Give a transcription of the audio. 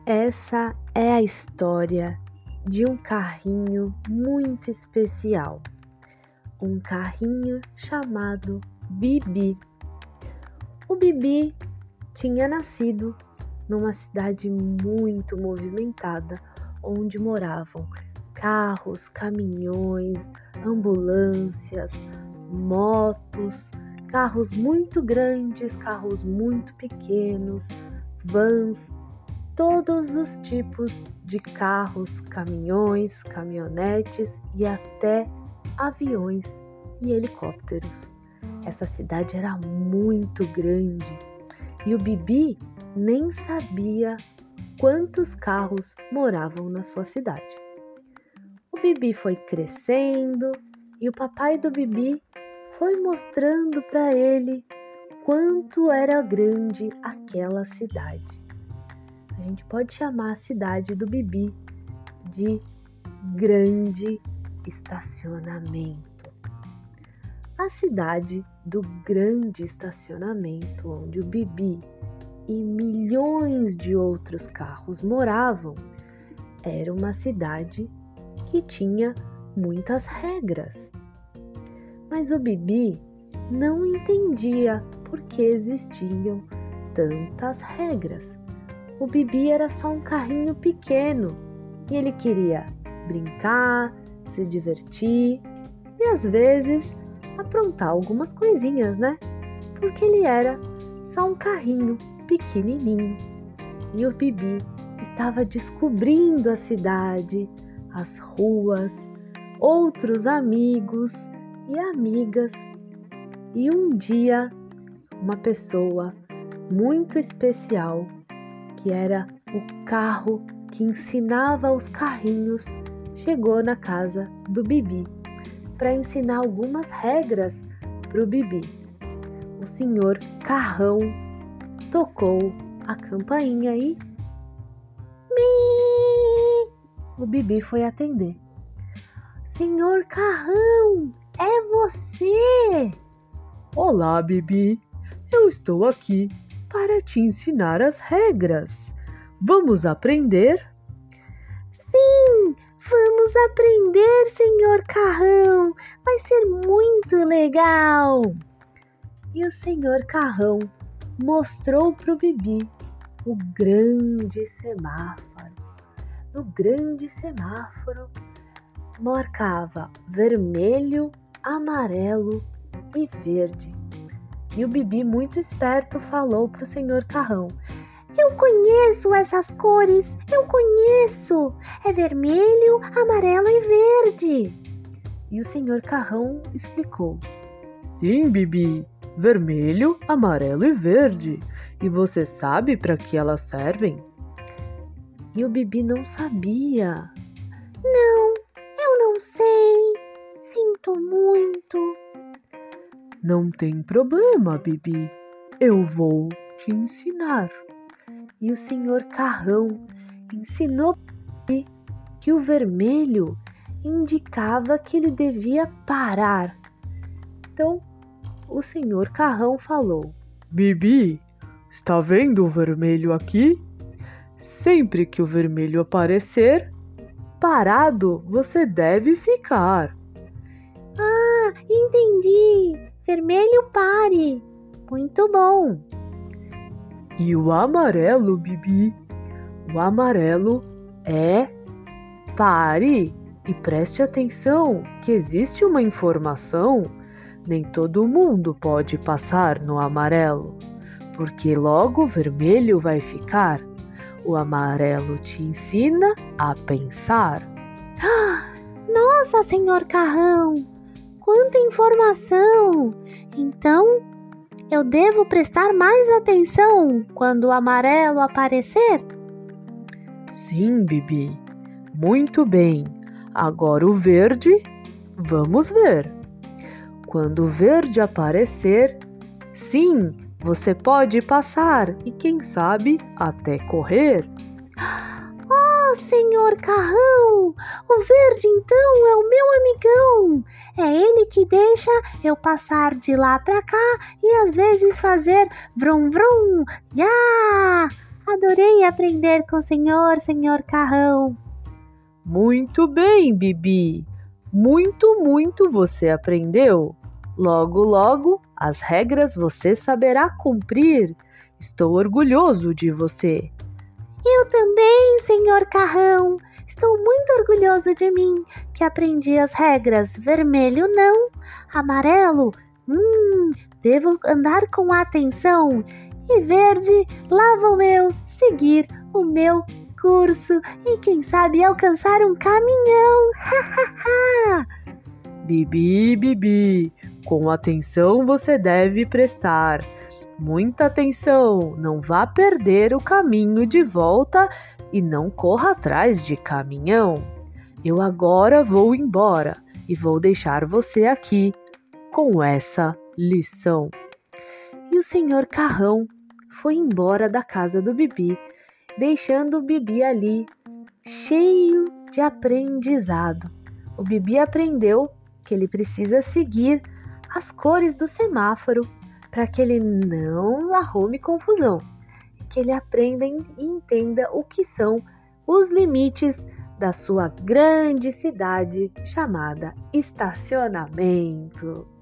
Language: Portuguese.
Essa é a história de um carrinho muito especial, um carrinho chamado Bibi. O Bibi tinha nascido numa cidade muito movimentada, onde moravam carros, caminhões, ambulâncias, motos, carros muito grandes, carros muito pequenos, vans, todos os tipos de carros, caminhões, caminhonetes e até aviões e helicópteros. Essa cidade era muito grande e o Bibi nem sabia quantos carros moravam na sua cidade. O Bibi foi crescendo e o papai do Bibi foi mostrando para ele quanto era grande aquela cidade. A gente pode chamar a cidade do Bibi de Grande Estacionamento. A cidade do Grande Estacionamento, onde o Bibi e milhões de outros carros moravam, era uma cidade que tinha muitas regras. Mas o Bibi não entendia por que existiam tantas regras. O Bibi era só um carrinho pequeno e ele queria brincar, se divertir e às vezes aprontar algumas coisinhas, né? Porque ele era só um carrinho pequenininho. E o Bibi estava descobrindo a cidade, as ruas, outros amigos e amigas. E um dia, uma pessoa muito especial, que era o carro que ensinava os carrinhos, chegou na casa do Bibi para ensinar algumas regras para o Bibi. O senhor Carrão tocou a campainha e o Bibi foi atender. Senhor Carrão, é você? Olá, Bibi. Eu estou aqui para te ensinar as regras. Vamos aprender? Sim, vamos aprender, senhor Carrão. Vai ser muito legal. E o senhor Carrão mostrou para o Bibi o grande semáforo. No grande semáforo marcava vermelho, amarelo e verde. E o Bibi, muito esperto, falou para o senhor Carrão: eu conheço essas cores, eu conheço! É vermelho, amarelo e verde! E o senhor Carrão explicou: sim, Bibi, vermelho, amarelo e verde. E você sabe para que elas servem? E o Bibi não sabia. Não, eu não sei. Sinto muito. Não tem problema, Bibi. Eu vou te ensinar. E o senhor Carrão ensinou que o vermelho indicava que ele devia parar. Então, o senhor Carrão falou: Bibi, está vendo o vermelho aqui? Sempre que o vermelho aparecer, parado você deve ficar. Ah, entendi. Vermelho, pare. Muito bom. E o amarelo, Bibi? O amarelo é pare. E preste atenção que existe uma informação. Nem todo mundo pode passar no amarelo, porque logo o vermelho vai ficar. O amarelo te ensina a pensar. Nossa, senhor Carrão! Quanta informação! Então, eu devo prestar mais atenção quando o amarelo aparecer? Sim, Bibi. Muito bem. Agora o verde, vamos ver. Quando o verde aparecer, sim, você pode passar e quem sabe até correr. Oh, senhor Carrão! O verde então é o meu amigão. É ele que deixa eu passar de lá pra cá e às vezes fazer vrum vrum, ya! Adorei aprender com o senhor Carrão. Muito bem, Bibi. Muito você aprendeu. Logo, logo, as regras você saberá cumprir. Estou orgulhoso de você. Eu também, senhor Carrão. Estou muito orgulhoso de mim, que aprendi as regras. Vermelho não, amarelo, devo andar com atenção. E verde, lá vou eu seguir o meu curso e quem sabe alcançar um caminhão. Bibi, com atenção você deve prestar. Muita atenção, não vá perder o caminho de volta e não corra atrás de caminhão. Eu agora vou embora e vou deixar você aqui com essa lição. E o senhor Carrão foi embora da casa do Bibi, deixando o Bibi ali, cheio de aprendizado. O Bibi aprendeu que ele precisa seguir as cores do semáforo para que ele não arrume confusão, que ele aprenda e entenda o que são os limites da sua grande cidade chamada estacionamento.